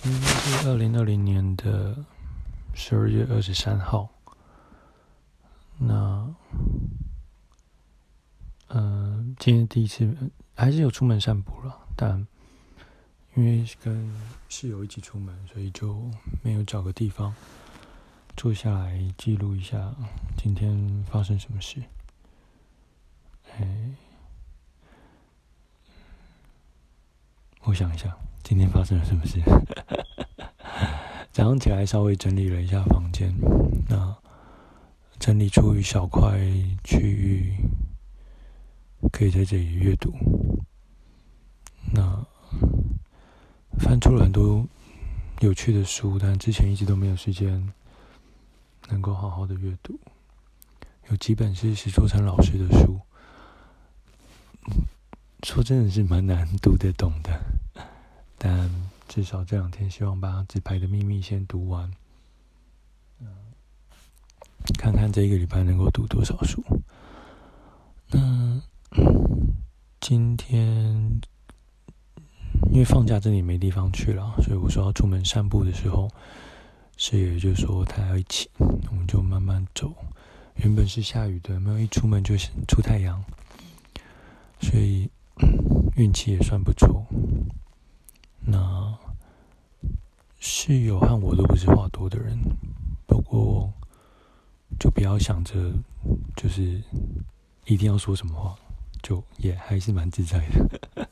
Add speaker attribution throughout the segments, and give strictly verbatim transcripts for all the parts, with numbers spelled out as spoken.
Speaker 1: 今天是二零二零年的十二月二十三号。那，呃，今天第一次还是有出门散步了，但因为跟室友一起出门，所以就没有找个地方坐下来记录一下今天发生什么事。哎，我想一下，今天发生了什么事？早上起来稍微整理了一下房间，那整理出一小块区域可以在这里阅读。那翻出了很多有趣的书，但之前一直都没有时间能够好好的阅读。有几本是史作成老师的书，说真的是蛮难读得懂的，但至少这两天希望把《纸牌的秘密》先读完，看看这一个礼拜能够读多少书。那今天因为放假这里没地方去了，所以我说要出门散步的时候，室友就说他要一起，我们就慢慢走。原本是下雨的，没有一出门就出太阳，所以运气也算不错。那室友和我都不是话多的人，不过就不要想着就是一定要说什么话，就也还是蛮自在的。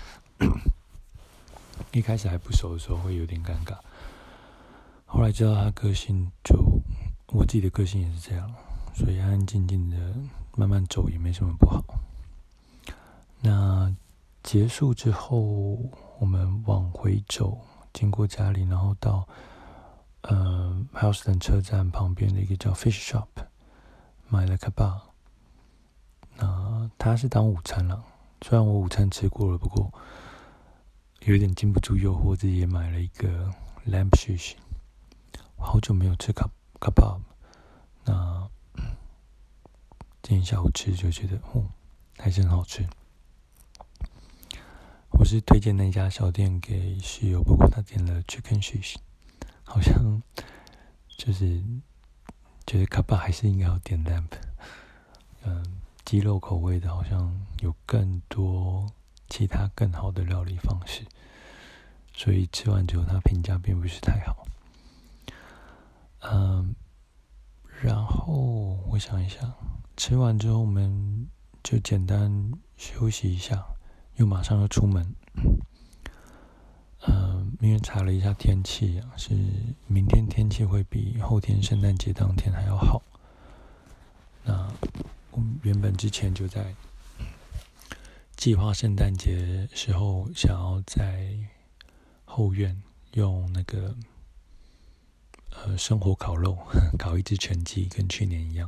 Speaker 1: 一开始还不熟的时候会有点尴尬，后来知道他个性，就我自己的个性也是这样，所以安安静静的慢慢走也没什么不好。那结束之后，我们往回走，经过家里，然后到呃 Houston 车站旁边的一个叫 Fish Shop 买了 kebab。那它是当午餐了，虽然我午餐吃过了，不过有点禁不住诱惑，自己也买了一个 lamb shish。我好久没有吃 kebab， 那今天下午吃就觉得，哦，还是很好吃。我是推荐那家小店给室友，不过他点了 chicken shish， 好像就是觉得 kebab 还是应该要点 lamb。嗯，鸡肉口味的好像有更多其他更好的料理方式，所以吃完之后他评价并不是太好。嗯，然后我想一下，吃完之后我们就简单休息一下，又马上要出门。嗯，因为查了一下天气啊，是明天天气会比后天圣诞节当天还要好。那我们原本之前就在计划圣诞节时候想要在后院用那个呃生火烤肉，烤一只全鸡，跟去年一样。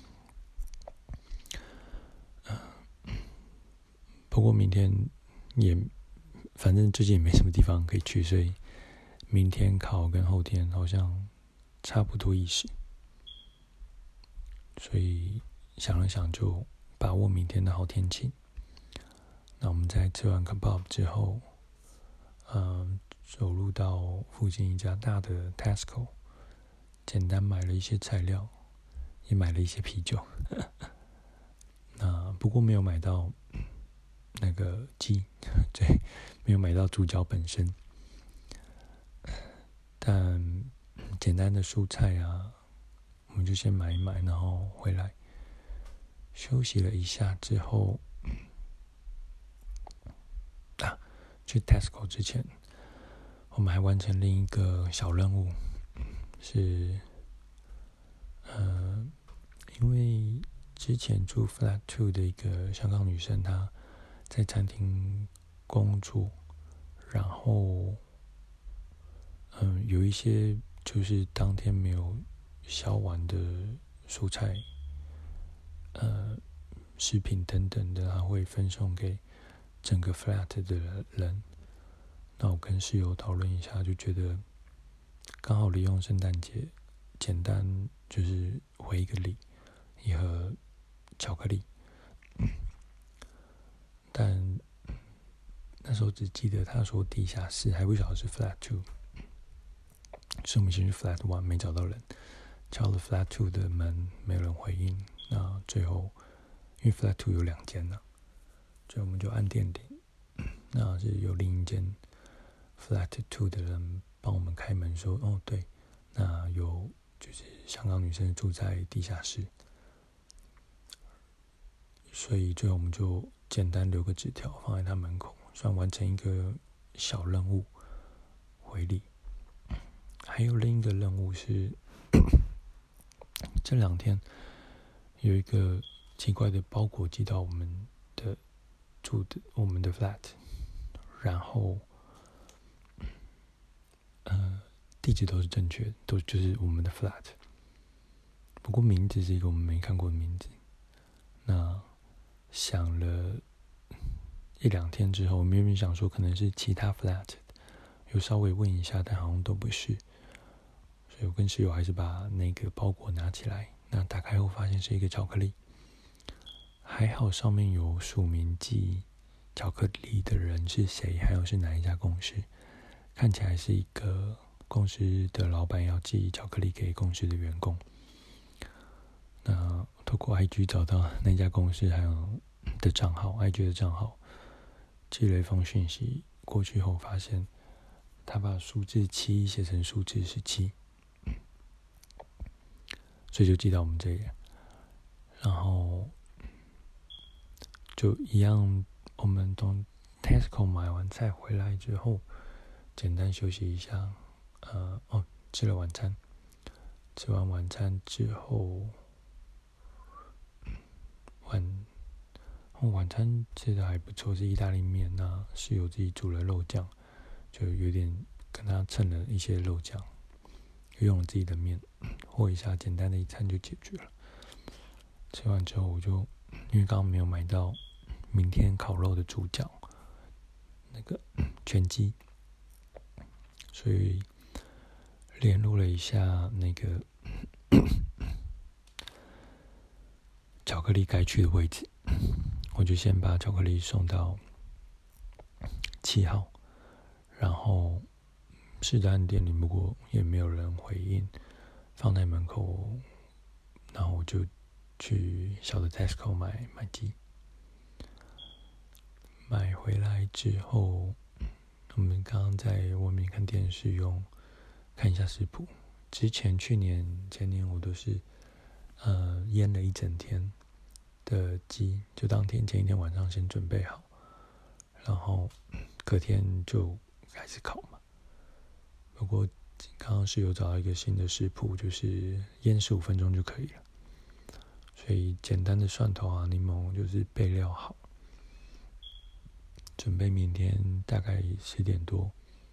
Speaker 1: 呃、不过明天也反正最近也没什么地方可以去，所以明天烤跟后天好像差不多意思。所以想了想，就把握明天的好天气。那我们在吃完 kebab 之后，嗯，走路到附近一家大的 Tesco， 简单买了一些材料，也买了一些啤酒。那不过没有买到那个鸡，对，没有买到猪脚本身，但简单的蔬菜啊，我们就先买一买，然后回来休息了一下之后，啊，去 Tesco 之前，我们还完成另一个小任务，是，呃，因为之前住 Flat Two 的一个香港女生，她在餐厅工作，然后，嗯、呃，有一些就是当天没有销完的蔬菜、呃，食品等等的，她会分送给整个 flat 的人。那我跟室友讨论一下，就觉得刚好利用圣诞节，简单就是回一个礼，一盒巧克力。但那时候只记得他说地下室，还不晓得是 flat two。 所以我们先去 flat one 没找到人，敲了 flat two 的门，没有人回应。那最后因为 flat two 有两间呢、啊，所以我们就按电铃。那是有另一间 flat two 的人帮我们开门说，哦对，那有就是香港女生住在地下室，所以最后我们就简单留个纸条放在他门口，算完成一个小任务回礼。还有另一个任务是这两天有一个奇怪的包裹寄到我们的住的我们的 flat， 然后呃地址都是正确的，都就是我们的 flat， 不过名字是一个我们没看过的名字。那想了一两天之后，我们原本想说可能是其他 flat， 有稍微问一下，但好像都不是。所以我跟室友还是把那个包裹拿起来，那打开后发现是一个巧克力，还好上面有署名寄巧克力的人是谁，还有是哪一家公司，看起来是一个公司的老板要寄巧克力给公司的员工。那透过 I G 找到那家公司还有的账号 I G 的账号，寄了一封讯息过去后，发现他把数字七写成数字十七，所以就寄到我们这里。然后就一样，我们从 Tesco 买完菜回来之后，简单休息一下，呃，哦，吃了晚餐。吃完晚餐之后，晚哦晚餐吃的还不错，是意大利面，那室友自己煮了肉酱，就有点跟他蹭了一些肉酱，又用了自己的面和一下，简单的一餐就解决了。吃完之后，我就因为刚刚没有买到明天烤肉的猪脚，那个全鸡，所以联络了一下那个巧克力该去的位置，我就先把巧克力送到七号，然后试着按电铃，不过也没有人回应，放在门口，然后我就去小的 Tesco 买买鸡。买回来之后，我们刚刚在外面看电视用看一下食谱。之前去年前年我都是呃腌了一整天的鸡，就当天前一天晚上先准备好，然后隔天就开始烤嘛。不过刚刚是有找到一个新的食谱，就是腌十五分钟就可以了。所以简单的蒜头啊、柠檬就是备料好，准备明天大概十点多，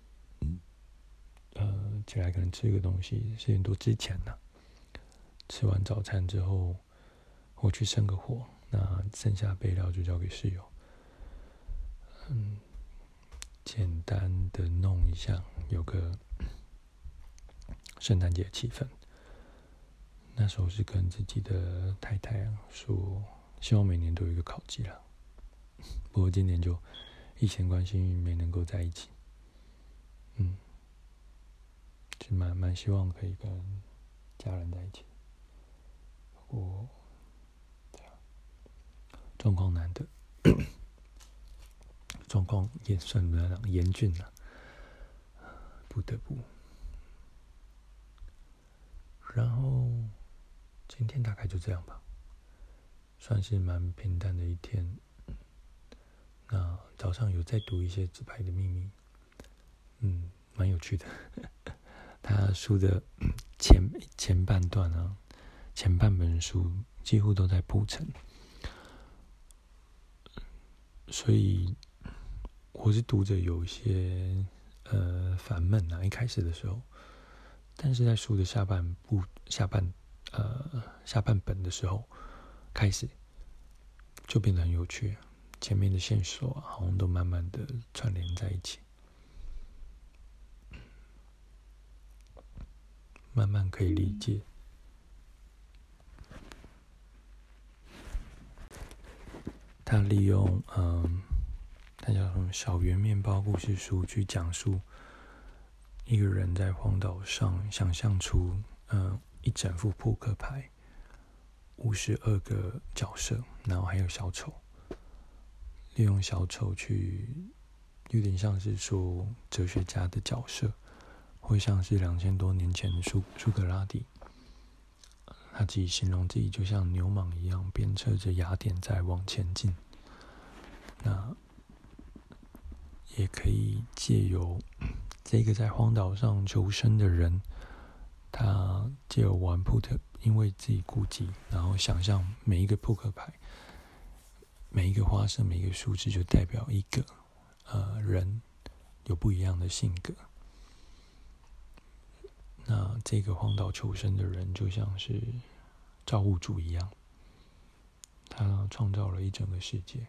Speaker 1: 呃，起来可能吃个东西。十点多之前呢、啊，吃完早餐之后，我去生个火，那剩下备料就交给室友。嗯，简单的弄一下，有个圣诞节气氛。那时候是跟自己的太太说，希望每年都有一个烤鸡啦。不过今年就疫情关系没能够在一起。嗯，是蛮蛮希望可以跟家人在一起。不过，对啊，状况难得，状况也算不上严峻了，不得不。然后今天大概就这样吧，算是蛮平淡的一天。那早上有在读一些纸牌的秘密，嗯，蛮有趣的。他书的前前半段啊，前半本书几乎都在铺陈，所以我是读着有一些呃烦闷啊，一开始的时候，但是在书的下半部下半呃下半本的时候开始就变得很有趣，前面的线索啊，好像都慢慢的串联在一起，慢慢可以理解。他利用嗯，他叫什么小圆面包故事书去讲述一个人在荒岛上想象出，嗯、呃，一整副扑克牌，五十二个角色，然后还有小丑，利用小丑去，有点像是说哲学家的角色，会像是两千多年前的苏苏格拉底，他自己形容自己就像牛蟒一样，鞭策着雅典在往前进。那也可以借由这个在荒岛上求生的人，他借由玩扑克，因为自己孤寂，然后想象每一个扑克牌，每一个花色，每一个数字就代表一个呃人有不一样的性格。那这个荒岛求生的人就像是造物主一样，他创造了一整个世界。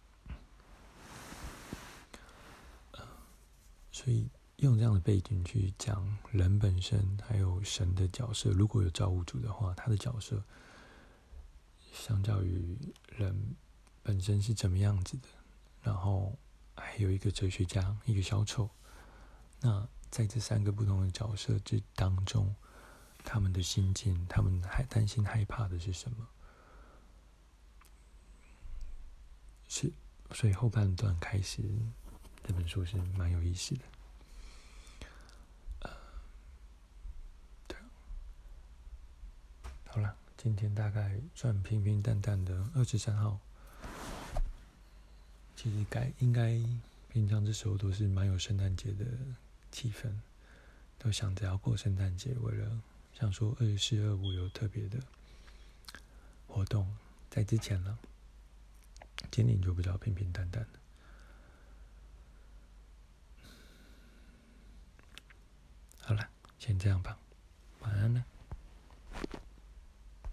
Speaker 1: 所以用这样的背景去讲人本身还有神的角色，如果有造物主的话，他的角色相较于人本身是怎么样子的，然后还有一个哲学家，一个小丑。那在这三个不同的角色之当中，他们的心境，他们还担心害怕的是什么？是，所以后半段开始，这本书是蛮有意思的。呃，对，好了，今天大概算平平淡淡的二十三号。其实该应该平常这时候都是蛮有圣诞节的气氛，都想着要过圣诞节，为了想说二十四、二五有特别的活动，在之前了。今年就比较平平淡淡的。好了，先这样吧，晚安了。